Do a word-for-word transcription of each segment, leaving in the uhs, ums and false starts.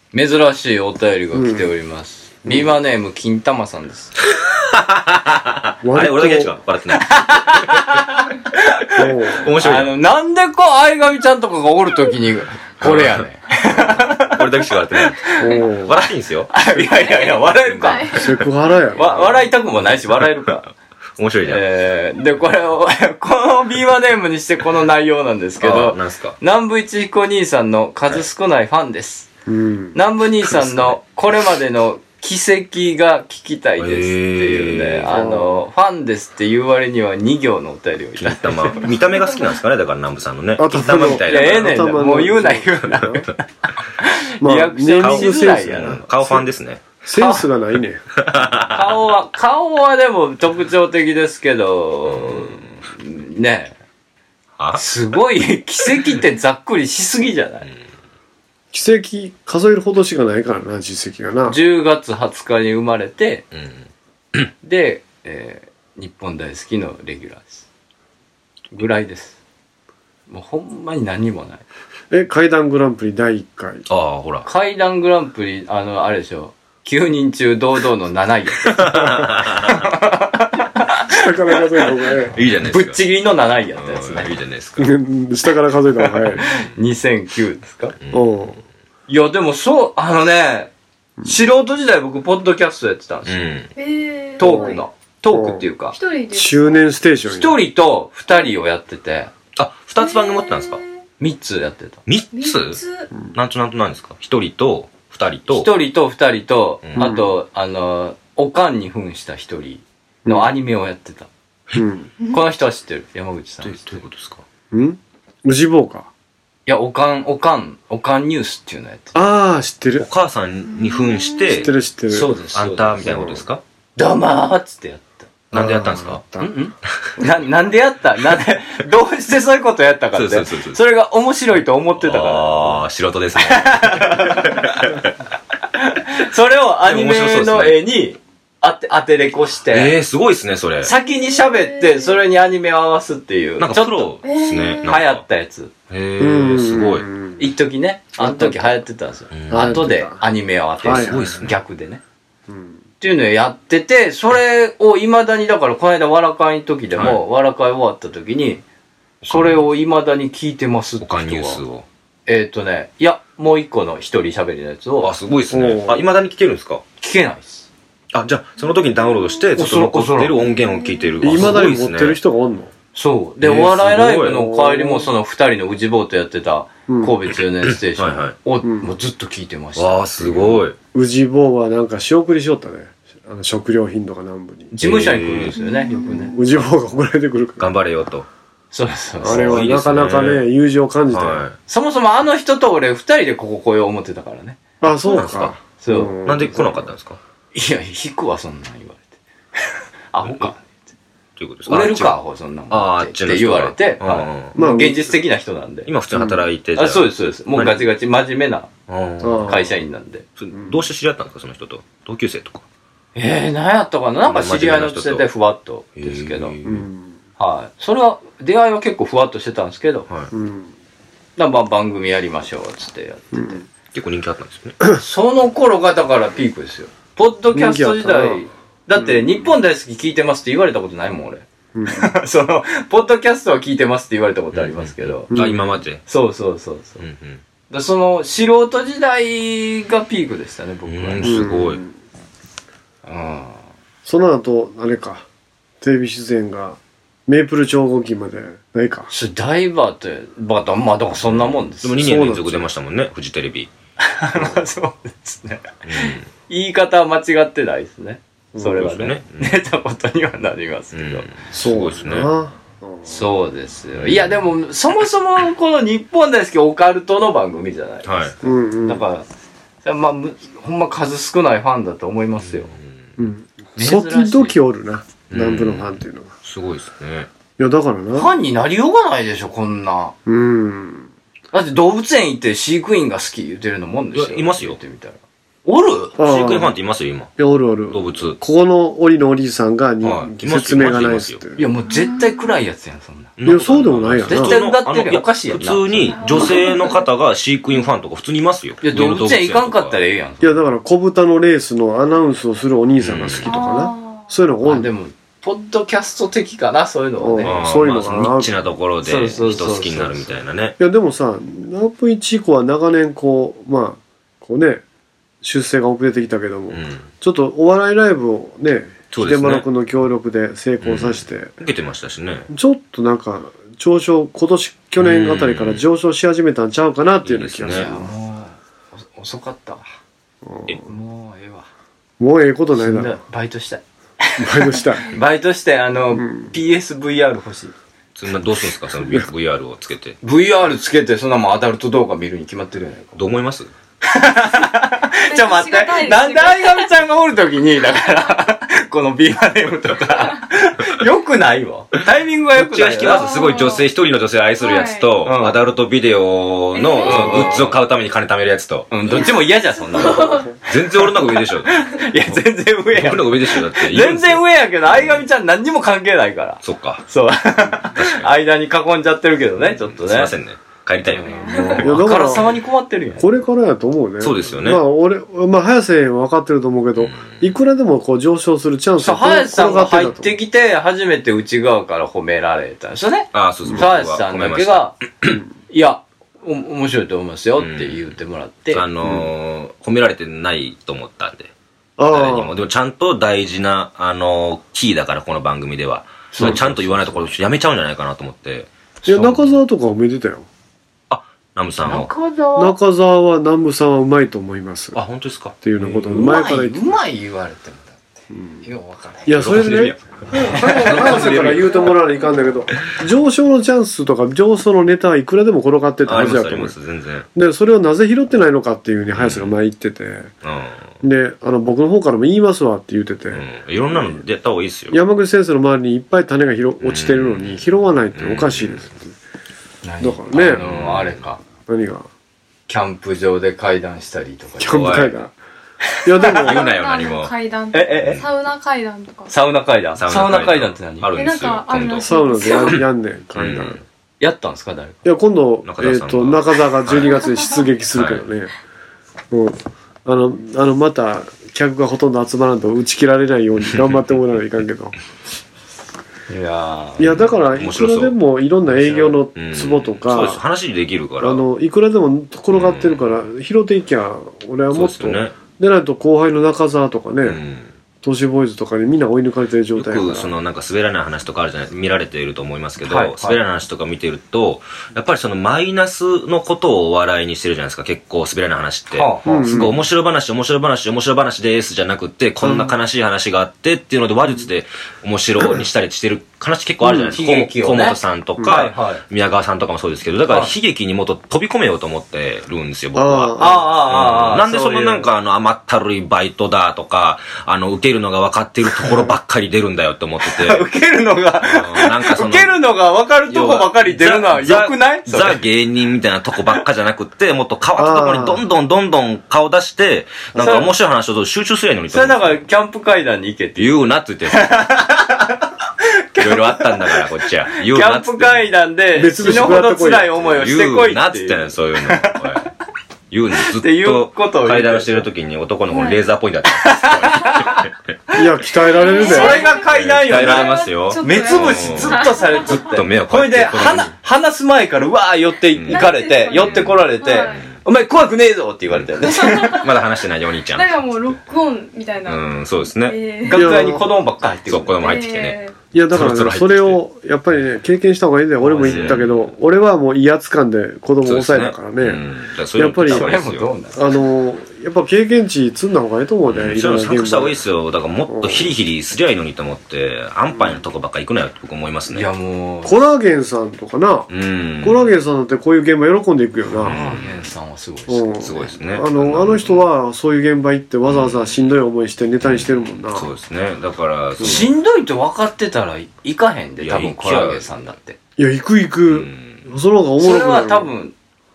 珍しいお便りが来ております。うん、ビーマーネーム金玉さんです。 あれ俺だけしか笑ってない。面白い。 あのなんでこう相上ちゃんとかがおるときにこれやねん。 俺だけしか笑ってない。笑っていいんですよ。 いやいやいや笑えるか。 セクハラや。 わ笑いたくもないし笑えるか。 面白いじゃん。 えー、で、これを、このビーマネームにしてこの内容なんですけど、 なんすか南部一彦兄さんの数少ないファンです。 はい、うん、 南部兄さんのこれまでの奇跡が聞きたいですっていうね、えー、あの、ファンですって言う割にはに行のお便りをいただいて。 金玉。見た目が好きなんですかねだから南部さんのね。金玉みたいな。 いや、ええねん。もう言うな言うな。リアクションしづらいやな。 顔ファンですね。 センスがないね。 顔は、顔はでも特徴的ですけど、ねえ。すごい、奇跡ってざっくりしすぎじゃない？ 奇跡数えるほどしかないからな、実績がな。 じゅうがつはつかに生まれて、 うん、 で、えー、日本大好きのレギュラーです。ぐらいです。もうほんまに何もない。 え、怪談グランプリだいいっかい。 ああ、ほら。 怪談グランプリ、あの、あれでしょ。きゅうにん中堂々のなないやつ。下から数えた方がいい。いいじゃないですか。 ぶっちぎりのなないやったやつね。 いいじゃないですか。 下から数えた方がいい。 にせんきゅうですか？ うん。 いや、でもそう、あのね、素人時代僕、ポッドキャストやってたんですよ。 うん、 トークの。トークっていうか。 一人で。 中年ステーション。 一人と二人をやってて。 あ、二つ番組持ってたんですか？ 三つやってた。 三つ？なんとなんとなんですか？一人と、二人と。 一人と二人と、 うん、 あと、あの、おかんに扮した一人のアニメをやってた。 うん、 この人は知ってる。山口さん。 どういうことですか？ ん？ウジボーか。 いや、おかん、おかん、おかんニュースっていうのやってた。 ああ、知ってる。 お母さんに扮して、 知ってる知ってる。 そうです。 あんたみたいなことですか？ どうもーっつってやった。 なんでやったんですか？ んんな、なんでやったなんで、どうしてそういうことやったかって。そうそうそうそう。それが面白いと思ってたから。 ああ、素人ですね。 それをアニメの絵に当て、当てれこして。 ええー、すごいですね、それ。 先に喋って、それにアニメを合わすっていう。 なんかプロですね。 流行ったやつ。 へえー、すごい。 一時ね、あの時流行ってたんですよ。後でアニメを当てる。 すごいですね。 逆でね。っていうのをやってて、それを未だに、だからこの間わらかいの時でも、わらかい終わった時に、それを未だに聞いてますって人が。 他ニュースを。 えっとね、いや、もう一個の一人喋りのやつを。 あ、すごいですね。あ、未だに聞けるんですか？ 聞けないです。 あ、じゃあ、その時にダウンロードして、ずっと残ってる音源を聞いてる。 未だに持ってる人がおんの？ そう。で、お笑いライブの帰りもその二人のウジボートやってた神戸中年ステーションをもうずっと聞いてました。 わあ、すごい。 ウジボーはなんか仕送りしよったね。あの食料品とか南部に。 事務所に来るんですよね、よくね。 ウジボーが送られてくるから。 頑張れよと。 そうそうそう。あれはなかなかね、友情を感じたよ。 そもそもあの人と俺二人でここ来よう思ってたからね。 あ、そうなんですか。 そう。 なんで来なかったんですか？ いや、引くわ、そんなん言われて。アホか。 ということですか？ 売れるか、アホ、そんなん。 ああ、あっちのって言われて。まあ、現実的な人なんで。 今普通に働いて。 あ、そうです、そうです。もうガチガチ真面目な会社員なんで。 どうして知り合ったんですか、その人と？同級生とか。 ええ、何やったかな、なんか知り合いのつてでふわっとですけど。はい。それは、出会いは結構ふわっとしてたんですけど。はい。だから番組やりましょう、つってやってて。 結構人気あったんですよね。 その頃がだからピークですよ。ポッドキャスト時代。だって、日本大好き聞いてますって言われたことないもん、俺。その、ポッドキャストは聞いてますって言われたことありますけど。 あ、今まで。 そうそうそうそう。だその、素人時代がピークでしたね、僕は。 すごい。 その後、あれか、テレビ出演が、メープル超合金までないか。 それダイバーって、まあ、まあ、だからそんなもんです。 でもにねん連続出ましたもんね、フジテレビ。 そうですね。言い方は間違ってないですね。それはね。出たことにはなりますけど。 そうですね。 そうですよ。いや、でも、そもそもこの日本大好きオカルトの番組じゃないですか。だから、まあ、ほんま数少ないファンだと思いますよ。 時々おるな、南部のファンっていうのが。 すごいですね。 いや、だからな。 ファンになりようがないでしょ、こんな。 うん。 だって動物園行って飼育員が好き言ってるのもんですよ。 いますよ。 ってみたら。 おる飼育員ファンっていますよ、今。 いや、おるおる。 動物。 ここの檻のお兄さんがに、 はい、 説明がないっすって。 いや、もう絶対暗いやつやん、そんな。 いや、そうでもないやんな。 絶対歌ってるやん。おかしいやんな。 普通に女性の方が飼育員ファンとか普通にいますよ。 いや、動物園行かんかったらええやん。 いや、だから小豚のレースのアナウンスをするお兄さんが好きとかな。そういうのが多い。 でも、ポッドキャスト的かな、そういうのはね。 そういうのがニッチなところで人好きになるみたいなね。 いや、でもさ、ナープいち以降は長年こう、まあ、こうね、出世が遅れてきたけども、ちょっとお笑いライブをね、秀丸君の協力で成功させて、 受けてましたしね。 ちょっとなんか、上昇、今年、去年あたりから上昇し始めたんちゃうかなっていうような気がする。 もう、遅かったわ。もうええわ。 もうええことないだろ。 バイトしたい。 バイトしたい。 バイトして、あの、ピーエスブイアール 欲しい。 そんなどうするんですか、その ブイアール をつけて。 ブイアール つけて、そんなもんアダルト動画見るに決まってるやないか。 どう思います？ ちょ、待って。なんで相上ちゃんがおるときに、だから、このビーマネームとか、よくないわ。タイミングがよくない。 こっちが引きます。すごい女性、一人の女性を愛するやつと、アダルトビデオのグッズを買うために金貯めるやつと。 うん、どっちも嫌じゃん、そんなの。 全然俺の方が上でしょ。 いや、全然上や。 俺の方が上でしょ、だって。 全然上やけど、相上ちゃん何にも関係ないから。 そっか。 そう。間に囲んじゃってるけどね、ちょっとね。 すいませんね。帰りたいよね。 いや、だから、 さまに困ってるやん。 これからやと思うね。 そうですよね。 まあ、俺、まあ、早瀬は分かってると思うけど、いくらでもこう上昇するチャンスが早瀬さんが入ってきて、初めて内側から褒められたんですよね。 ああ、そうそう。 早瀬さんだけが、いや、お、面白いと思いますよって言ってもらって。 あの、褒められてないと思ったんで。 ああ。 誰にも。でもちゃんと大事な、あの、キーだから、この番組では。それちゃんと言わないところやめちゃうんじゃないかなと思って。 いや、中澤とか褒めてたよ。 南部さんを。 中澤中澤は南部さんはうまいと思います。 あ、本当ですかっていうようなことを前から言って。 うまい言われてもだって。よくわかんない。 いや、それでね、早瀬から言うてもらわないかんだけど、上昇のチャンスとか上昇のネタはいくらでも転がってたはずやと思う。 全然。 で、それをなぜ拾ってないのかっていうふうに早瀬が前言ってて、で、あの、僕の方からも言いますわって言ってて、 いろんなのやった方がいいですよ。 山口先生の周りにいっぱい種が落ちてるのに、拾わないっておかしいです。だからね。 あの、あれか。 何がキャンプ場で会談したりとか。 キャンプ会談。いや、でも。 言うなよ、何も。 階段。 え、え、えサウナ階段とか。 サウナ階段。サウナ階段って何あるんですよ。 今度。 サウナでややんねん、階段。 やったんですか、誰か。 いや、今度、えっと、中澤がじゅうにがつに出撃するけどね。うん。あの、あの、また、客がほとんど集まらんと打ち切られないように頑張ってもらわないかんけど。 いやいやだからいくらでもいろんな営業のツボとか、 そうです話できるからあのいくらでも転がってるから拾っていきゃ俺はもっとでないと後輩の中澤とかね、都市ボーイズとかにみんな追い抜かれてる状態よくそのなんか滑らない話とかあるじゃない見られていると思いますけど、はいはい、滑らない話とか見てるとやっぱりそのマイナスのことをお笑いにしてるじゃないですか。結構滑らない話って、はあはあ、すごい面白話面白話面白話ですじゃなくてこんな悲しい話があってっていうので話術で面白にしたりしてる話結構あるじゃないですか。うん、河本さんとか、はいはい、宮川さんとかもそうですけどだから悲劇にもっと飛び込めようと思ってるんですよ僕は。ああああなんでそのなんかあの甘ったるいバイトだとかあの受けるのが分かってるところばっかり出るんだよって思ってて受けるのが、うん、なんかその受けるのが分かるとこばかり出るのは良くない？ ザ芸人みたいなとこばっかじゃなくってもっと変わったところにどんどんどんどん顔出してなんか面白い話を集中すりゃいいのにそれだからキャンプ会談に行けって言うなって言っていろいろあったんだからこっちは言うなっつってキャンプ会談で死ぬほど辛い思いをしてこいって言うなっつってねそういうの言うのずっと階段してる時に男の子のレーザーポイントだったいや鍛えられるでそれが階段よ鍛えられますよ目つぶしずっとされてずっと目をこれで話す前からうわー寄っていかれて寄ってこられてお前怖くねえぞって言われたよねまだ話してないよお兄ちゃんなんかもうロックオンみたいなうんそうですね、 えー、楽屋に子供ばっか入ってくるそう子供入ってきてね、 えーいやだからねそれをやっぱりね経験した方がいいんだよ。俺も言ったけど俺はもう威圧感で子供を抑えたからねやっぱりあのやっぱ経験値積んだ方がいいと思うね。 いろいろ参加した方がいいですよ。だからもっとヒリヒリすりゃいいのにと思って安牌のとこばっか行くなよって僕思いますね。 いやもうコラーゲンさんとかなコラーゲンさんだってこういう現場喜んでいくよな。 コラーゲンさんはすごいですすごいですね。 あのあの人はそういう現場行ってわざわざしんどい思いしてネタにしてるもんな。 そうですね。だからしんどいと分かってたら行かへんで多分コラーゲンさんだって。 いや行く行くその方がおもろくなる。 それは多分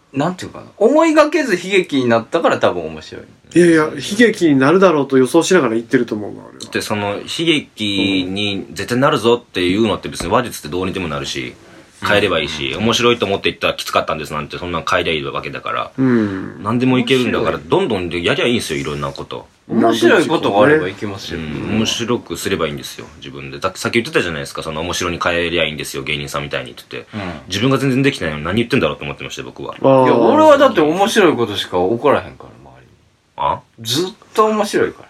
なんていうかな、思いがけず悲劇になったから多分面白い。 いやいや、悲劇になるだろうと予想しながら言ってると思うの、あれは。 で、その、悲劇に絶対なるぞっていうのって別に話術ってどうにでもなるし、変えればいいし、面白いと思って言ったらきつかったんですなんてそんなん変えりゃいいわけだから、うん、何でもいけるんだから、どんどんやりゃいいんですよ、いろんなこと。 面白いことがあればいけますよ、ね。 うん、面白くすればいいんですよ、自分で。だってさっき言ってたじゃないですか、その面白に変えりゃいいんですよ、芸人さんみたいにって言って。うん、自分が全然できないのに何言ってんだろうと思ってましたよ、僕は。 いや、俺はだって面白いことしか起こらへんから。 あずっと面白いから。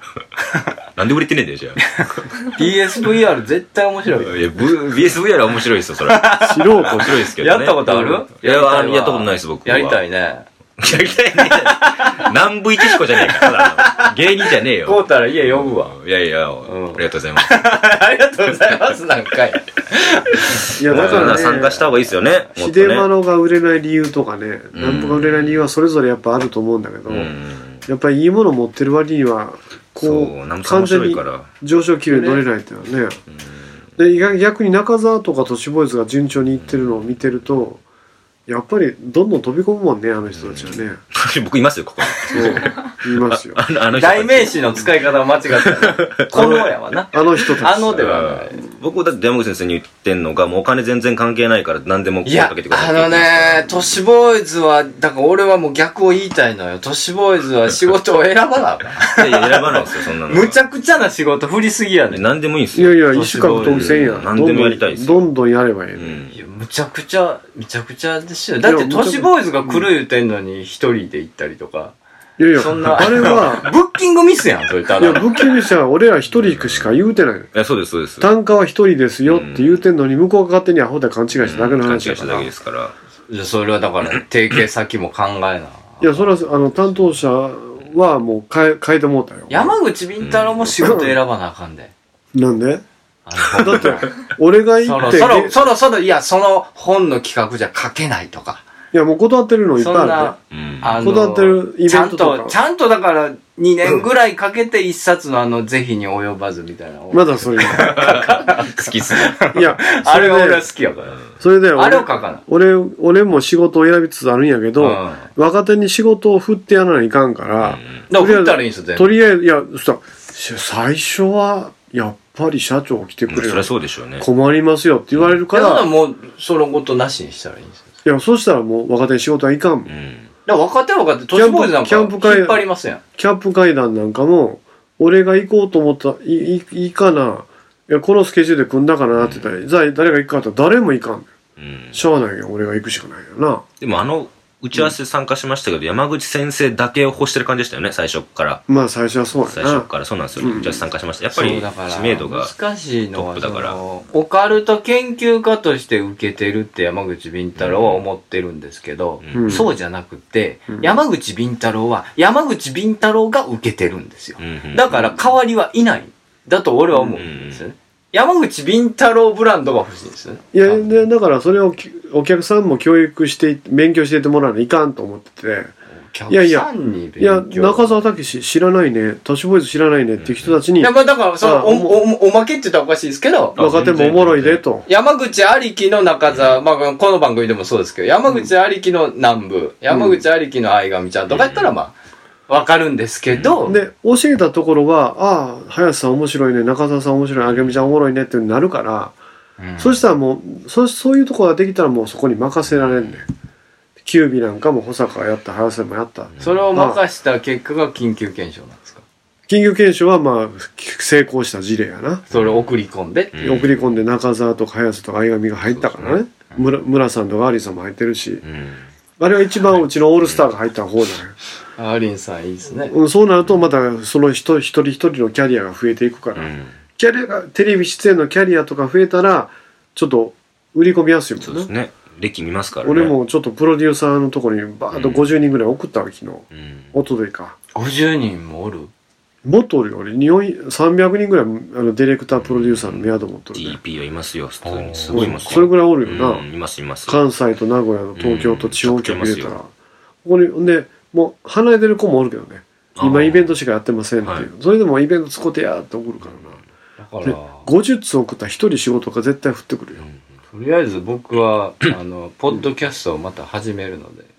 なんで売れてねえんだよ、じゃあ。ピーエスブイアール 絶対面白いよ。 いや、ビーエスブイアール は面白いですよ、それ。素人面白いですけどね。 やったことある、うん、 いや、やったことないです、僕は。 やりたいね。 やりたいね。南部一彦じゃねえか。芸人じゃねえよ。 こうたら家呼ぶわ。 いやいや、うん、ありがとうございます。 ありがとうございます、なんかい。 いや、だから、ね、 参加した方がいいですよね。 秀丸が売れない理由とかね、南部が売れない理由はそれぞれやっぱあると思うんだけど、やっぱりいいもの持ってる割にはこう完全に上昇気流に乗れないっていうのはね。で逆に中澤とか都市ボーイズが順調にいってるのを見てるとやっぱりどんどん飛び込むもんね、あの人たちはね。 僕いますよ、ここに。 そういますよ。 あのあの代名詞の使い方を間違ったこのやわな。 あの人たち。 あのではない。 僕だって山口先生に言ってんのが、もうお金全然関係ないから何でも声かけてください。 いや、あのね、都市ボーイズは、だから俺はもう逆を言いたいのよ。都市ボーイズは仕事を選ばなあかん。いやいや、選ばないですよ、そんなの。 むちゃくちゃな仕事振りすぎやねん。 何でもいいんですよ。 いやいや、一種格闘技戦や。 何でもやりたいですよ。 どんどんやればいいね。 いや、むちゃくちゃ、むちゃくちゃですよ。だって都市ボーイズが来る言うてんのに一人で行ったりとか。 いやいや、そんなあれは、 ブッキングミスやん、それただ。 いや、ブッキングミスは俺ら一人しか言うてないの。いや、そうです、そうです。 単価は一人ですよって言うてんのに、向こうが勝手にアホで勘違いしただけの話だから。勘違いしただけですから。 じゃそれはだから、提携先も考えな。いや、それは、あの、担当者はもう変え、変えてもうたよ。 山口敏太郎も仕事選ばなあかんで。 なんでだって、俺が言って。 そろそろ、そろそろ、いや、その本の企画じゃ書けないとか。 いや、もう断ってるのいっぱいあるね。あの、断ってるイベントとか。 ちゃんと、ちゃんとだからにねんぐらいかけて一冊のあの、是非に及ばずみたいな。 まだそれ。 好きっすね。 いや、 あれは俺は好きやから。 それで、 あれを書かない。 俺、俺も仕事を選びつつあるんやけど、若手に仕事を振ってやらないかんから、 だから振ったらいいんですよ、 とりあえず、いや、最初は、やっぱり社長来てくれる。 そりゃそうでしょうね。 困りますよって言われるから。 だからもう、そのことなしにしたらいいんですよ。 いや、そしたらもう若手に仕事はいかんもん。うん、 だから若手は若手、都市ボーイズなんか引っ張りますやん。 キャンプ会談なんかも、俺が行こうと思った、いい、いいかな。いや、このスケジュールで組んだかなって言ったら、うん、じゃあ誰が行くかって誰も行かんねん。うん、しゃあないよ、俺が行くしかないよな。 でもあの、打ち合わせ参加しましたけど、うん、山口先生だけを欲してる感じでしたよね、最初から。 まあ最初はそうやな。 最初からそうなんですよ、うん、打ち合わせ参加しました。やっぱり知名度が難しいのはトップだから。 オカルト研究家として受けてるって山口敏太郎は思ってるんですけど、うん、そうじゃなくて、うん、山口敏太郎は山口敏太郎が受けてるんですよ。うん、だから代わりはいない。だと俺は思うんですよね。山口敏太郎ブランドが欲しいんですよね。 いや、でだからそれをお客さんも教育して勉強していってもらうのいかんと思ってて。いやいや、いや、中澤武史知らないね、都市ボーイズ知らないねっていう人たちに。いや、まあだから、そのおお、おまけって言ったらおかしいですけど。 若手もおもろいでと。 山口ありきの中澤、まあこの番組でもそうですけど、山口ありきの南部、うん、山口ありきの相上ちゃんとかやったらまあ、わかるんですけど。 うん、で、教えたところは、ああ、林さん面白いね、中澤さん面白い、相上ちゃんおもろいねってなるから、うん、そしたらもう、そ、そういうところができたらもうそこに任せられんねん。キュービなんかも保坂がやった、早瀬もやった。 それを任した結果が緊急検証なんですか？ 緊急検証はまあ、成功した事例やな。 それを送り込んで、 うん、送り込んで中澤とか早瀬とか相上が入ったからね。村、村さんとかアリンさんも入ってるし。うん、あれは一番うちのオールスターが入った方じゃない。 アリンさんいいですね。 そうなるとまたその人、一人一人のキャリアが増えていくから。うん、キャリアが、テレビ出演のキャリアとか増えたら、ちょっと売り込みやすいもんね。 そうですね。歴見ますからね。 俺もちょっとプロデューサーのところにバーッとごじゅうにんぐらい送ったわ、昨日。うん。おとといか。 ごじゅうにんもおる？ もっとおるよ。俺、日本、さんびゃくにんぐらい、あの、ディレクター、プロデューサーのメアド持っとる、ね。 ディーピー はいますよ、普通に。すごいいますよ。 それぐらいおるよな。 うん、います、います。 関西と名古屋の東京と地方局入れたら。ここに、で、もう、離れてる子もおるけどね。今、イベントしかやってませんっていう。はい、それでもイベント使ってやーって送るからな。だから。ごじゅっつ送ったらひとり仕事が絶対降ってくるよ。 うん、とりあえず僕は、あの、ポッドキャストをまた始めるので。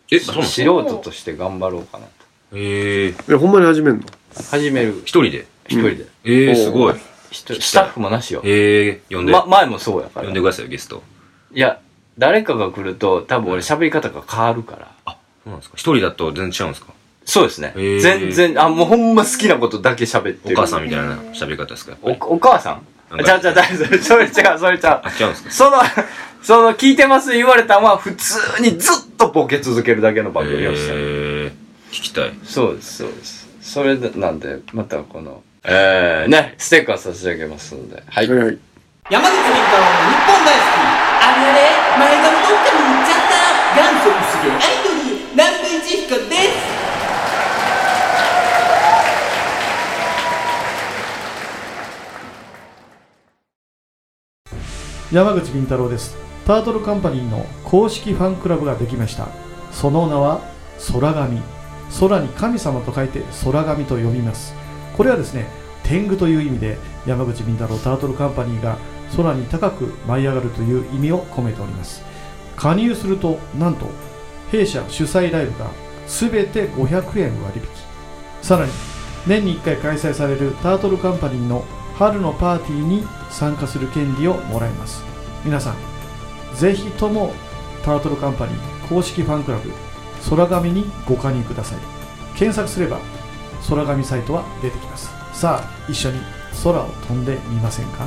え、そう素人として頑張ろうかなと。 へえ。 え、ほんまに始めんの？ 始める。 一人で一人で。 ええ、すごい。 スタッフもなしよ。 へえ、呼んで。 ま、前もそうやから。 呼んでくださいよ、ゲスト。 いや、誰かが来ると多分俺喋り方が変わるから。 あ、そうなんですか。一人だと全然違うんですか？ そうですね。全然、あ、もうほんま好きなことだけ喋ってる。 お母さんみたいな喋り方ですか？ お、お母さんじゃあじゃあじゃあ、それ違う、それ違う。 あ、違うんですか？ その、その、聞いてます言われたのは普通にずっとボケ続けるだけの番組をしてる。 へー、聞きたい。 そうです、そうです。それなんで、またこの、えー、ね、ステッカー差し上げますので。はい。はいはい。 山口み太郎の日本大好き。あれあれ、前髪どっかに行っちゃった。元祖薄毛アイドル、南部一彦です。 山口敏太郎です。タートルカンパニーの公式ファンクラブができました。その名は空神。空に神様と書いて空神と呼びます。これはですね、天狗という意味で山口敏太郎タートルカンパニーが空に高く舞い上がるという意味を込めております。加入するとなんと弊社主催ライブが全てごひゃくえん割引。さらに年にいっかい開催されるタートルカンパニーの春のパーティーに参加する権利をもらいます。皆さんぜひともタートルカンパニー公式ファンクラブ空神にご加入ください。検索すれば空神サイトは出てきます。さあ一緒に空を飛んでみませんか？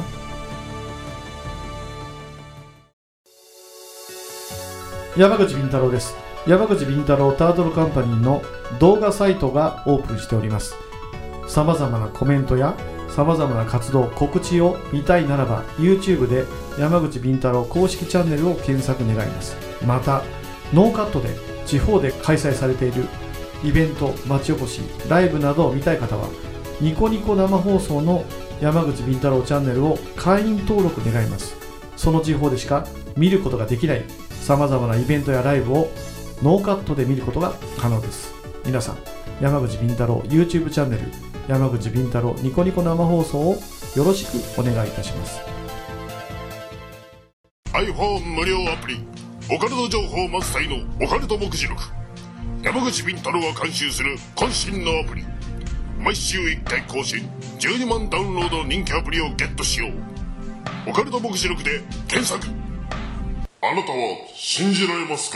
山口敏太郎です。山口敏太郎タートルカンパニーの動画サイトがオープンしております。さまざまなコメントやさまざまな活動告知を見たいならば YouTube で山口敏太郎公式チャンネルを検索願います。またノーカットで地方で開催されているイベント、町おこし、ライブなどを見たい方はニコニコ生放送の山口敏太郎チャンネルを会員登録願います。その地方でしか見ることができないさまざまなイベントやライブをノーカットで見ることが可能です。皆さん山口敏太郎 YouTube チャンネル山口敏太郎ニコニコ生放送をよろしくお願いいたします。 iPhone 無料アプリオカルト情報満載のオカルト目次録。山口敏太郎が監修する渾身のアプリ。毎週いっかい更新じゅうにまんダウンロードの人気アプリをゲットしよう。オカルト目次録で検索。あなたは信じられますか？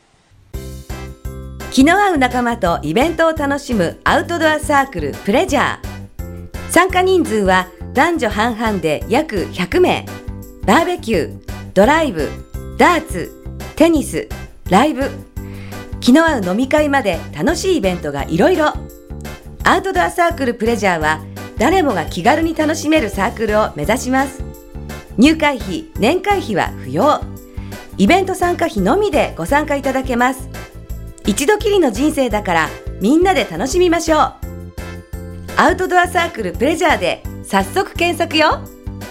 気の合う仲間とイベントを楽しむアウトドアサークルプレジャー。参加人数は男女半々で約ひゃくめい。バーベキュー、ドライブ、ダーツ、テニス、ライブ、気の合う飲み会まで楽しいイベントがいろいろ。アウトドアサークルプレジャーは誰もが気軽に楽しめるサークルを目指します。入会費、年会費は不要。イベント参加費のみでご参加いただけます。一度きりの人生だからみんなで楽しみましょう。アウトドアサークルプレジャーで早速検索よ。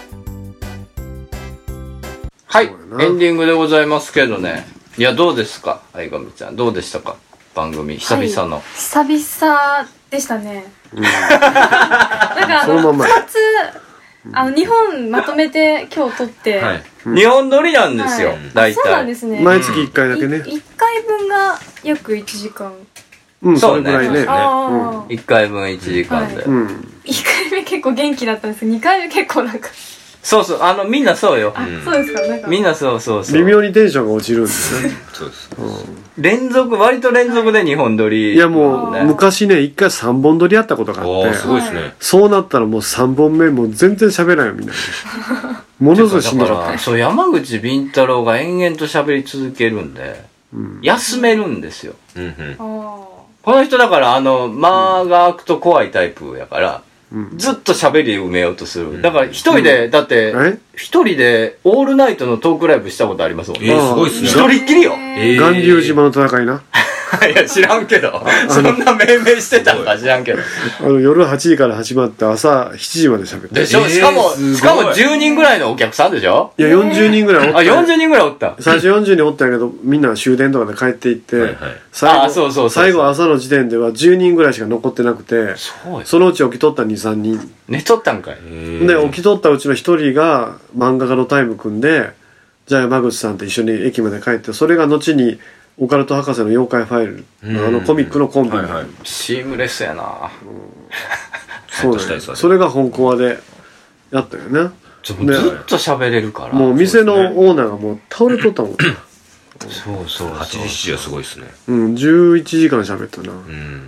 はい、エンディングでございますけどね。いや、どうですか相上ちゃん、どうでしたか番組久々の、はい、 久々でしたね、うん、なんかあのふたつあのにほんまとめて今日撮って、はい、 にほん撮りなんですよ、はい、大体そうなんですね。 毎月いっかいだけね、 いっかいぶんが約いちじかん。 うん、それぐらいね。 うん、いっかいぶんいちじかんで、はい、うん、 いっかいめ結構元気だったんですけどにかいめ結構なんかそうそう、あのみんなそうよ。 あ、うん、そうですか。なんかみんなそうそうそう。 微妙にテンションが落ちるんですね。 そうです、 うん。 連続割と連続でにほん撮り。 いやもう、ね、昔ね一回さんぼん撮りやったことがあって。 すごいですね。 そうなったらもうさんぼんめもう全然喋らないよみんな。ものすごいしんどかった。 そう、山口敏太郎が延々と喋り続けるんで、うん、休めるんですよ。うんうん、この人だからあの間が空くと怖いタイプやから。うん、ずっと喋り埋めようとする。だから一人で、うん、だって一人でオールナイトのトークライブしたことありますもんね。 えー、すごいっすね。 一人っきりよ。えー、巌流島の戦いな。 いや知らんけど、そんな命名してたんか知らんけど。 あの夜はちじから始まって朝しちじまで喋って。 でしょ。しかもしかもじゅうにんぐらいのお客さんでしょ。 いやよんじゅうにんぐらいおった。 あよんじゅうにんぐらいおった。 最初よんじゅうにんおったんやけどみんな終電とかで帰っていって、はいはい、最後あそうそうそう最後朝の時点ではじゅうにんぐらいしか残ってなくて、そのうち起きとったにさんにん。 寝とったんかい。 で起きとったうちのひとりが漫画家のタイム組んで、じゃあ山口さんと一緒に駅まで帰って、それが後にオカルト博士の妖怪ファイル、あのコミックのコンビ、はいはい、 シームレスやな、うん、 そうだね、それが本コアでやったよね。 ずっと喋れるから、 もう店のオーナーがもう倒れとったもんそうそう、 はちじしちじはすごいですね。 うん、じゅういちじかん喋ったな、うん、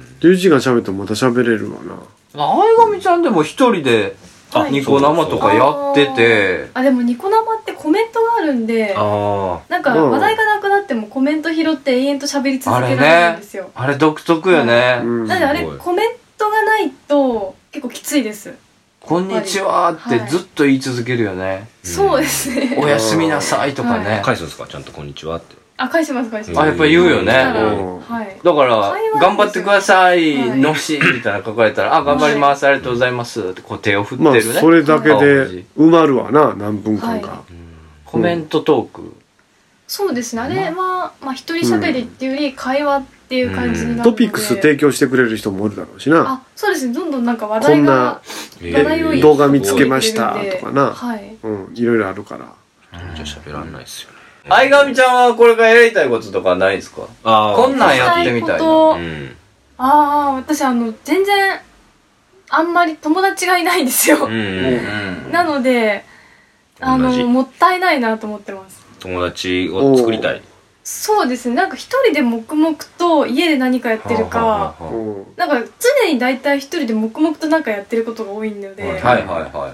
じゅういちじかん喋ってもまた喋れるわな。 相上ちゃんでも一人でニコ生とかやってて、 あ, あでもニコ生ってコメントがあるんで、あなんか話題がなくなってもコメント拾って永遠と喋り続けられるんですよ。 あれね、あれ独特よね、うん、 なのであれコメントがないと結構きついです。 こんにちはってずっと言い続けるよね、はい、 そうですね。 おやすみなさいとかね、はい、 返すんですかちゃんとこんにちはって。 あ、返します返します。 あ、やっぱ言うよね、はい、だから頑張ってくださいのしみたいな書かれたら、あ、頑張ります、ありがとうございますってこう手を振ってるね、まあ、 それだけで埋まるわな、何分間か、はい、 コメントトーク、 そうですね、あれはまあ一人喋りっていうより会話っていう感じになるので、 トピックス提供してくれる人もおるだろうしな。 あ、そうですね、どんどんなんか話題がこんな話題を動画見つけましたとかな、はい、うん、いろいろあるから。 じゃ喋らんないっすよね。 相上ちゃんはこれからやりたいこととかないですか？あ、こんなんやってみたいな。うん、ああ、私あの全然あんまり友達がいないんですよ。うんうん、なのであのもったいないなと思ってます。 友達を作りたい。 そうですね、なんか一人で黙々と家で何かやってるか、はあはあはあ、なんか常に大体一人で黙々となんかやってることが多いので、はいはいはいはい、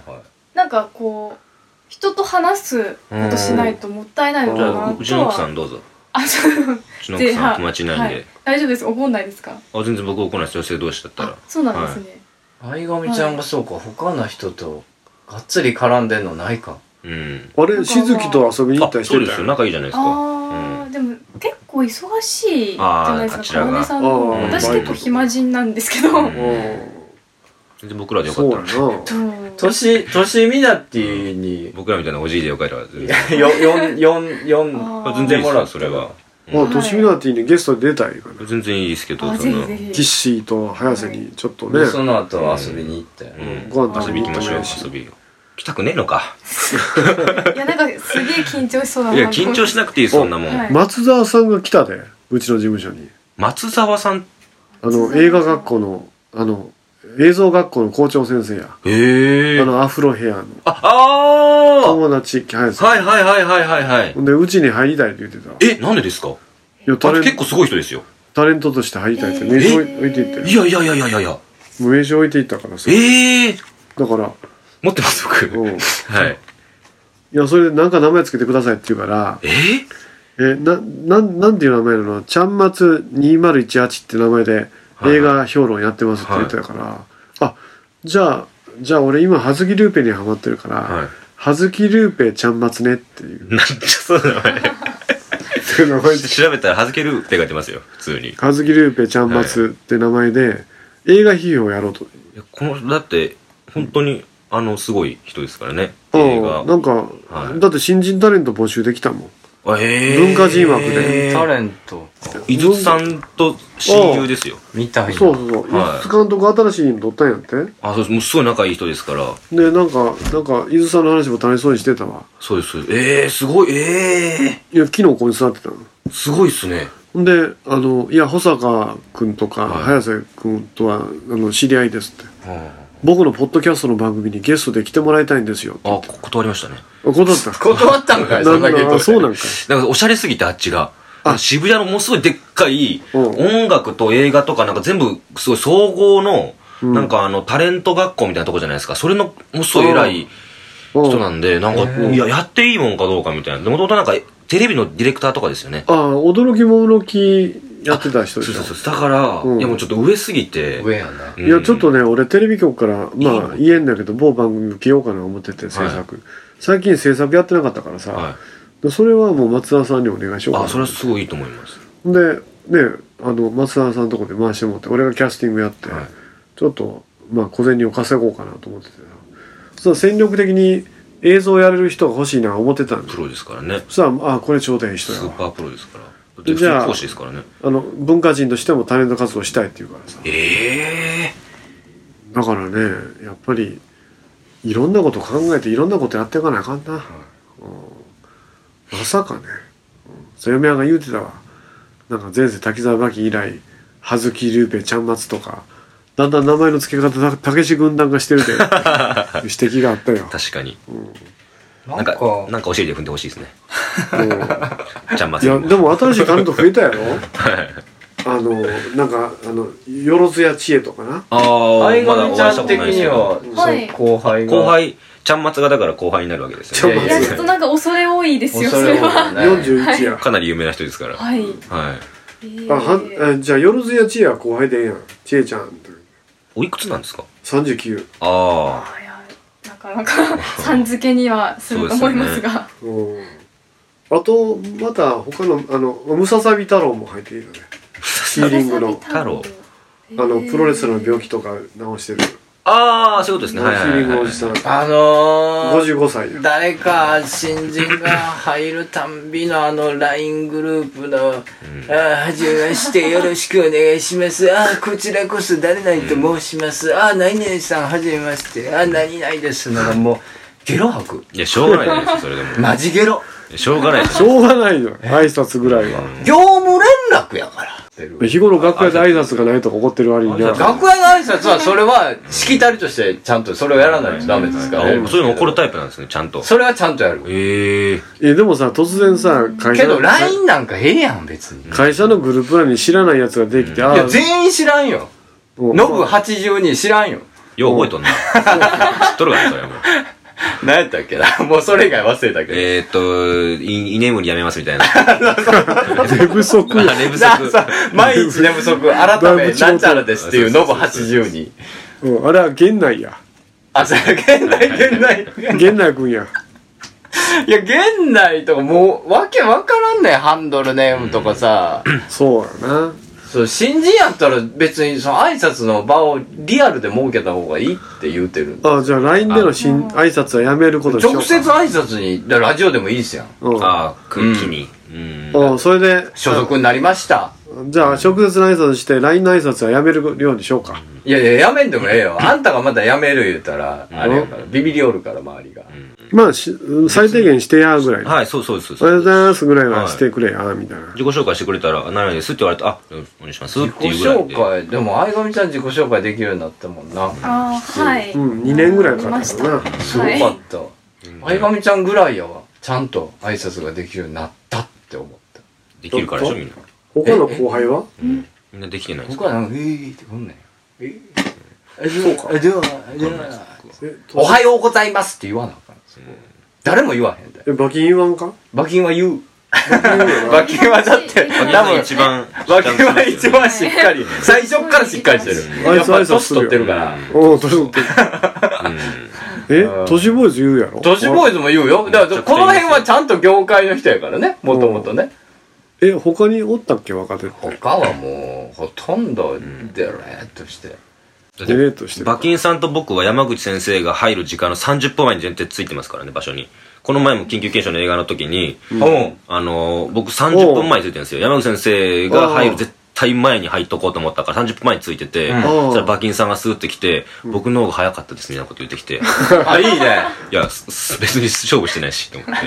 なんかこう人と話すことしないともったいないのかなとは。 うちの奥さんどうぞ。 あ、そう。 うちの奥さん友達いないんで、はい、 大丈夫です。怒んないですか？ あ、全然僕怒んないです。女性同士だったら。 そうなんですね。 相上ちゃんがそうか、はい、他の人とがっつり絡んでんのないか。 うん。あれ、しずきと遊びに行ったりしてたよ。 そうですよ、仲いいじゃないですか。 ああ、うん、でも結構忙しいじゃないですか、かなめさんの。私結構暇人なんですけど。うん、 全然僕らでよかったな。 とし、としみなっていうに、 僕らみたいなおじいでよかったら全然。よ、よん、よん、よん、 全然いいですよ、それは。 まあ、としみなっていうにゲストで出たいかな。全然いいですけど、 その、キッシーと早瀬にちょっとね。 その後遊びに行って。 ご飯食べに行きましょう、遊び。来たくねえのか。 いや、なんかすげえ緊張しそうだな。 いや、緊張しなくていい、そんなもん。 松沢さんが来たで、うちの事務所に。 松沢さん？ あの、映画学校の、あの、映像学校の校長先生や。 へえ。 あの、アフロヘアの。 あ、ああ友達、はいはいはいはいはいはい。 ほんで、うちに入りたいって言ってた。 え、なんでですか？いや、タレント。結構すごい人ですよ。 タレントとして入りたいって名刺置いていって。 いやいやいやいやいやいや。 名刺置いていったからさ。 ええ。 だから。 持ってます、僕。うん。はい。 いや、それでなんか名前つけてくださいって言うから。 ええ、な、なん、なんていう名前なの？ちゃんまつにせんじゅうはちって名前で映画評論やってますって言ってたから。はいはい、あ、じゃあ、じゃあ俺今、はずきルーペにハマってるから、はい、はずきルーペちゃんまつねっていう。 なんじゃその名前。そういう名前で調べたらはずきルーペが出ますよ、普通に。 はずきルーペちゃんまつって名前で、はい、映画批評をやろうと。いやこの、だって、本当に、あの、すごい人ですからね。 映画。なんか、はい、だって新人タレント募集できたもん。えー、文化人枠で。 タレント。 井筒さんと親友ですよ。 みたいな。 そうそうそう。井筒監督新しいの撮ったんやって。 あ、そうです。もうすごい仲いい人ですから。 で、なんか、なんか、井筒さんの話も楽しそうにしてたわ。 そうです。ええー、すごい、ええー。いや、昨日ここに座ってたの。 すごいっすね。 ほんで、あの、いや、保坂くんとか、はい、早瀬くんとは、あの、知り合いですって。はあ、僕のポッドキャストの番組にゲストで来てもらいたいんですよ。 あ、断りましたね。 断った。 断ったんかい、そんなゲスト。 そうなんかい。 なんかおしゃれすぎてあっちが。渋谷のものすごいでっかい、音楽と映画とかなんか全部すごい総合の、なんかあのタレント学校みたいなとこじゃないですか。それのものすごい偉い人なんで、なんか、いや、やっていいもんかどうかみたいな。もともとなんかテレビのディレクターとかですよね。 ああ、驚きも驚きやってた人でしょ。 そうそうそう。だから、うん、いやもうちょっと上すぎて。 上やな。 うん、いや、ちょっとね、俺テレビ局から、まあ言えんだけど、某番組受けようかな思ってて、制作。はい、最近制作やってなかったからさ、はい、それはもう松田さんにお願いしようかな。 あ、それはすごいいいと思います。 で、ね、あの、松田さんのとこで回してもらって、俺がキャスティングやって、はい、ちょっと、まあ小銭を稼ごうかなと思ってて。そしたら戦力的に映像やれる人が欲しいな思ってたんです。 プロですからね。 そしたら、あ、これちょうどいい人やわ。スーパープロですから。 じゃあ、 講師ですからね。 あの、文化人としてもタレント活動したいって言うからさ。 ええー。だからね、やっぱり、いろんなこと考えていろんなことやっていかなあかんな。はい、うん、まさかね、そよみやが言うてたわ。 なんか前世滝沢馬琴以来葉月龍平ちゃんまつとかだんだん名前の付け方たたけし軍団がしてるで指摘があったよ。 確かに、うん、なんかなんかお尻で踏んでほしいですね。ちゃんまつ。 いやでも新しいタレント増えたやろ。あのなんかあのよろずや知恵とかな。 ああ、 相上ちゃん的には、はい、後輩が後輩ちゃんまつがだから後輩になるわけですよね。 いやちょっとなんか恐れ多いですよそれは。 よんじゅういちや、 かなり有名な人ですから。 はいはい。 えー、あはじゃあよろずや知恵は後輩でええやん。知恵ちゃん。 おいくつなんですか？ さんじゅうきゅう。 ああ。 いやなかなかさん付けにはすると思いますが。 う、ね、うん。あとまた他のあのムササビ太郎も入っているよね。ヒーリングの太郎。 あのプロレスラーの病気とか治してる。 ああ、そういうことですね。はいはいはい、 ヒーリングのおじさん。 あのー、 ごじゅうごさいや。 誰か新人が入るたんびのあの ライン グループの、うん、あはじめましてよろしくお願いします。あこちらこそ誰々と申します。うん、あ何々さんはじめまして。あ何々ですのがもうゲロ吐く。 いやしょうがないですよそれでも。 マジゲロ。 しょうがないです。 しょうがないよ。挨拶ぐらいは。 業務連絡やから。 日頃楽屋で挨拶がないとか怒ってる割には。 楽屋の挨拶はそれはしきたりとしてちゃんとそれをやらないとダメですから、 ね。そういうの怒るタイプなんですねちゃんと。 それはちゃんとやる。 えー、 えでもさ突然さ会社けど ライン なんかええやん別に。 会社のグループ欄に知らないやつができて、 うん、いや全員知らんよ。ノブはちじゅうに知らんよ。 よう覚えとんな。知っとるわねそれはもう。 何やったっけなもうそれ以外忘れたけど。 えーっと、い居眠りやめますみたいな。 寝不足。 寝不足。 毎日寝不足。改め、なんちゃらですっていうノブはちじゅうに。 うん、あれは源内や。 あ、それ源内、源内。 源内くんや。 いや、源内とかもう、わけわからんねん、ハンドルネームとかさ。 うん、そうやな。 そう、新人やったら別にその挨拶の場をリアルで設けた方がいいって言うてるんああ、じゃあ ライン での新挨拶はやめることにしようか。 直接挨拶に、ラジオでもいいっすやん。 うん、ああ、空気に。 うん。うん、それで。 所属になりました。 じゃあ、直接の挨拶して、ライン の挨拶はやめるようにしようか。 いやいや、やめんでもええよ。あんたがまたやめる言うたら、あれやから、ビビりおるから、周りが。 まあし、最低限してやぐらい。 はい、そうそうです。 おはようございますぐらいはしてくれや、みたいな。 自己紹介してくれたら、何々ですって言われて、あ、お願いしますっていうぐらいで。 自己紹介、でも、相上ちゃん自己紹介できるようになったもんな。 ああ、はい。 うん、にねんぐらいかかったかな。 すごかった。相上ちゃんぐらいやわ。ちゃんと挨拶ができるようになったって思った。 できるからでしょ、みんな。 他の後輩はうん。みんなできてないですか。僕はなんか、えーってこんなんや。えーそうか。 では、では、おはようございますって言わなあかん。誰も言わへんで。 え、馬琴言わんか？ 馬琴は言う。馬琴はだって、 多分一番、 馬琴は一番しっかり、最初からしっかりしてる。やっぱ年取ってるから。 おお、年取ってる。え、都市ボーイズ言うやろ？ 都市ボーイズも言うよ。だから、この辺はちゃんと業界の人やからね、もともとね。 え、他におったっけ若手って。 他はもう、ほとんど、デレーっとして。 デレーっとして。 馬琴さんと僕は山口先生が入る時間のさんじゅっぷんまえに前提ついてますからね、場所に。この前も緊急検証の映画の時に、うん、あの、僕さんじゅっぷんまえについてるんですよ。山口先生が入る絶対前に入っとこうと思ったからさんじゅっぷんまえについてて、うん、そしたら馬琴さんがスーって来て、うん、僕の方が早かったですみたいなこと言ってきて。 あ、いいね。 いや、別に勝負してないし、と思って。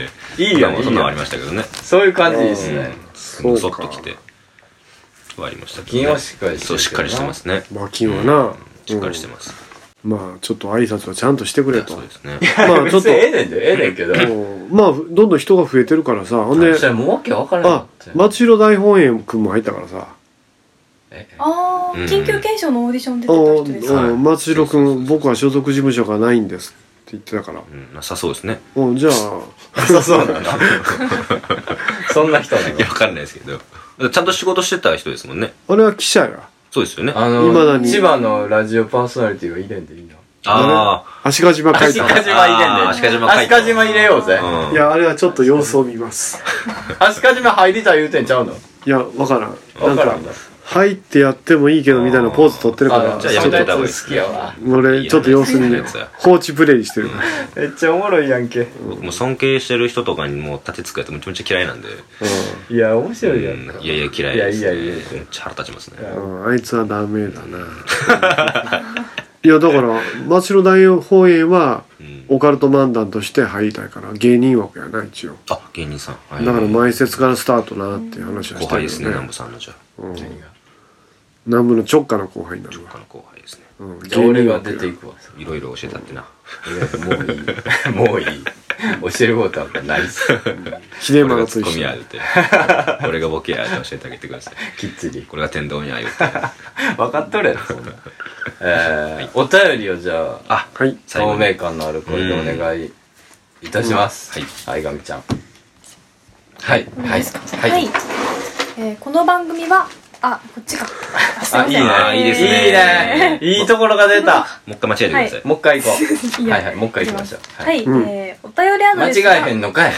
いいよ、 そんなのありましたけどね。 そういう感じですね。 そっと来て。はありましたけど、ね。 馬琴はしっかりしてる。 そう、しっかりしてますね。 馬琴はな。 しっかりしてます。 まあちょっと挨拶はちゃんとしてくれと。 そうですね。 まあちょっとええねんでええねんけど。 まあどんどん人が増えてるからさ。ほんで。 もうわけわからない。 あ、松代大本営君も入ったからさ。 ああ、緊急検証のオーディション出てた人ですか。 松代君、僕は所属事務所がないんですって言ってたから。 なさそうですね。 うん、じゃあ。なさそうなんだ。そんな人なの？ いや、わかんないですけど。ちゃんと仕事してた人ですもんね。 あれは記者や。 そうですよね。 あの、千葉のラジオパーソナリティが入れんでいいの？ ああ。足利島書いた。 足利島入れんで。 足利島書いた。 足利島入れようぜ。 いや、あれはちょっと様子を見ます。 足利島入りたい言うてんちゃうの？ いや、わからん。 わからんだ。 入ってやってもいいけどみたいなポーズ取ってるから。 じゃあやめといた方がいい。 好きやわ。 俺、ちょっと様子見放置プレイしてる。 めっちゃおもろいやんけ。 僕も尊敬してる人とかにもう立てつくやつめちゃめちゃ嫌いなんで。 いや、面白いやん。 いやいや、嫌いです。 いやいやいや。 めっちゃ腹立ちますね。 あいつはダメだな。いや、だから、松代大本営は、 オカルト漫談として入りたいから芸人枠やな一応。 あ、芸人さん、 はい、だから前説からスタートなっていう話はしてるよね。 後輩ですね、南部さんの。じゃあ、うん、 南部の直下の後輩になる。 直下の後輩ですね。 うん、じゃあ俺が出ていくわ。 いろいろ教えたってな。 もういいもういい教えることはないっす。 ひでまのツッコミや言うて俺がボケやって教えてあげてください。 きっちりこれが天童にあ言うて分かっとるやろそんな。えー、お便りをじゃあ、 はい、 透明感のある声でお願いいたします。はい、相上ちゃん。はいはい、 はい、えー、この番組はあ、こっちか。 あ、いいね。いいですね。いいね。いいところが出た。 もう一回間違えてください。 もう一回行こう。はいはい、もう一回行きましょう。 はい、えー、お便りアドレスは。 間違えへんのかい。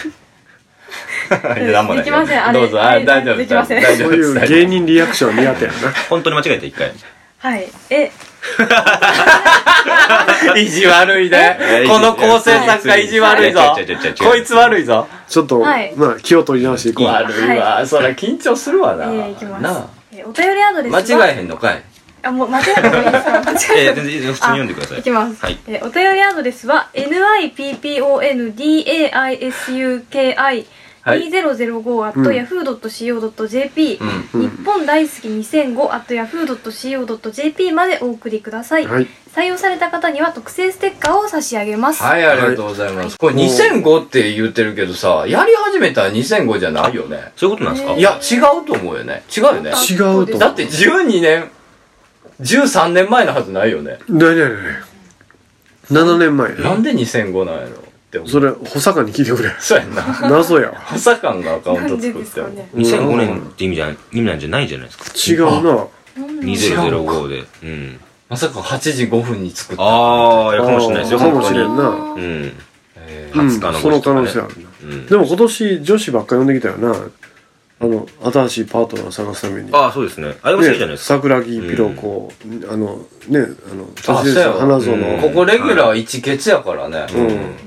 できません。 どうぞ、大丈夫。 できません。 そういう芸人リアクション苦手やな。 本当に間違えて一回。 はい。え。 意地悪いね。この構成作家意地悪いぞ。こいつ悪いぞ。 ちょっと、まあ気を取り直していこう。 悪いわ。そりゃ緊張するわな。なあ。 お便りアドレスは間違えへんのかい。 あ、もう間違えた方がいいですか。間違ええ、全然普通に読んでください。 いきます。はい。え、お便りアドレスは エヌアイピーピーオーエヌディーエーアイエスユーケーアイにせんご アットヤフードットシーオードットジェーピー、日本大好きにせんご アットヤフードットシーオードットジェーピー までお送りください。はい、採用された方には特製ステッカーを差し上げます。 はい、ありがとうございます。はい、これにせんごって言ってるけどさ、やり始めたらにせんごじゃないよね。 そういうことなんですか？ いや、違うと思うよね。違うよね。 違うと思う。 だってじゅうにねん、じゅうさんねんまえのはずないよね。 ないないない。ななねんまえ。 なんでにせんごなんやろ。 それ補佐官に聞いてくれ。 そうやんな。 謎やわ。 補佐官がアカウント作ってる。 にせんごねんって意味じゃ意味なんじゃないじゃないですか。 違うな。 にせんごで。うん。 まさかはちじごふんに作った。 ああ、いやかもしれないですよ。 かもしれんな。 うん。 はつかのその可能性あるな。でも今年女子ばっか呼んできたよな。あの新しいパートナーを探すために。 ああ、そうですね。あれもそうじゃないですか。 桜木ピロコ、あのね、あの都市伝説花園。 ここレギュラー一ケツやからね。 うん。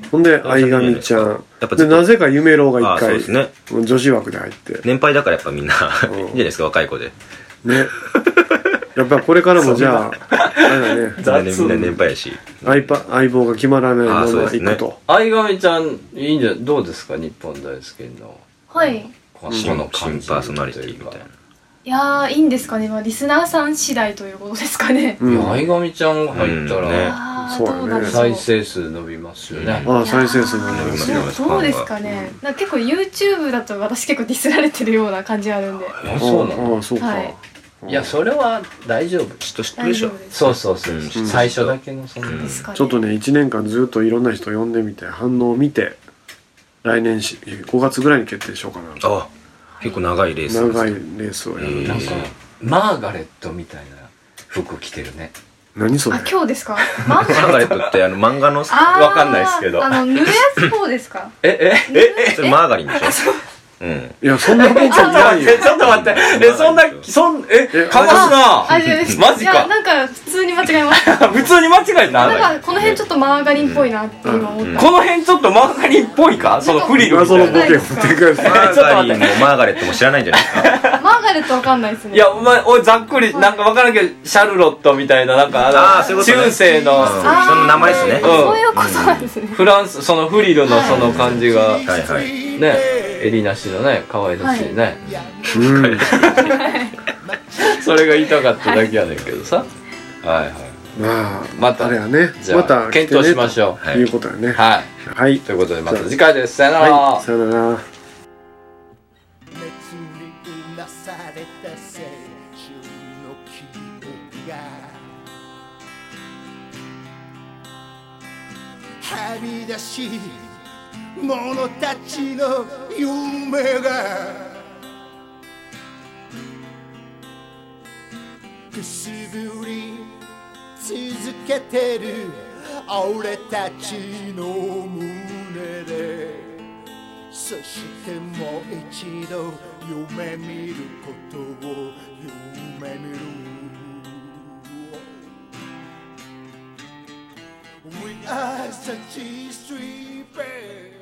ほんで相上ちゃん。でなぜか夢郎が一回女子枠で入って。 年配だからやっぱみんないいじゃないですか、若い子で。 ね。やっぱこれからもじゃああれだね。 みんな年配やし。 相棒が決まらないままいくと。 相上ちゃんいいんじゃどうですか、日本大好きの。 はい。 この新パーソナリティみたいな。 いやーいいんですかね、まあ、リスナーさん次第ということですかね。 いや相上ちゃんが入ったら、 そうやね、 再生数伸びますよね。 ああ再生数伸びますよ。 そうですかね。なんか結構 YouTube だと私結構ディスられてるような感じあるんで。 あそうなの。 あそうか。 いやそれは大丈夫。 ちょっと知ってるでしょ。 そうそうそう。最初だけのそんな。 ちょっとねいちねんかんずっといろんな人呼んでみて反応を見て来年ごがつぐらいに決定しようかな。 あ結構長いレース。 長いレースをやる。 なんかマーガレットみたいな服着てるね。 何それ。 あ今日ですか。 マーガレットってあの漫画のわかんないですけど。 あの塗るやつ方ですか。 えええそれマーガリンでしょ。うん。 いやそんなことないよ。ちょっと待って。えそんなそんえかますな。マジか。いやなんか普通に間違えました。 普通に間違えた。 なんかこの辺ちょっとマーガリンっぽいなって今思った。 この辺ちょっとマーガリンっぽいか。そのフリルみたいな。 そのボケを展開して。 マーガリンもマーガレットも知らないんじゃないですか。 マーガレットわかんないですね。 いやお前おざっくりなんかわからんけどシャルロットみたいななんかあの中世のその名前ですね。 そういうことなんですね。 フランスそのフリルのその感じがはいはいね。襟なしのね可愛らしいね、 はい、 それが言いたかっただけやねんけどさ。はいはい。 まあまたあれやね。 また検討しましょう。いうことやね。 はいはいということでまた次回です。さよなら。 はい、さよなら。 はみ出し者たちの夢がくすぶり続けてる俺たちの胸で、そしてもう一度夢見ることを夢見る。 We are such a street band.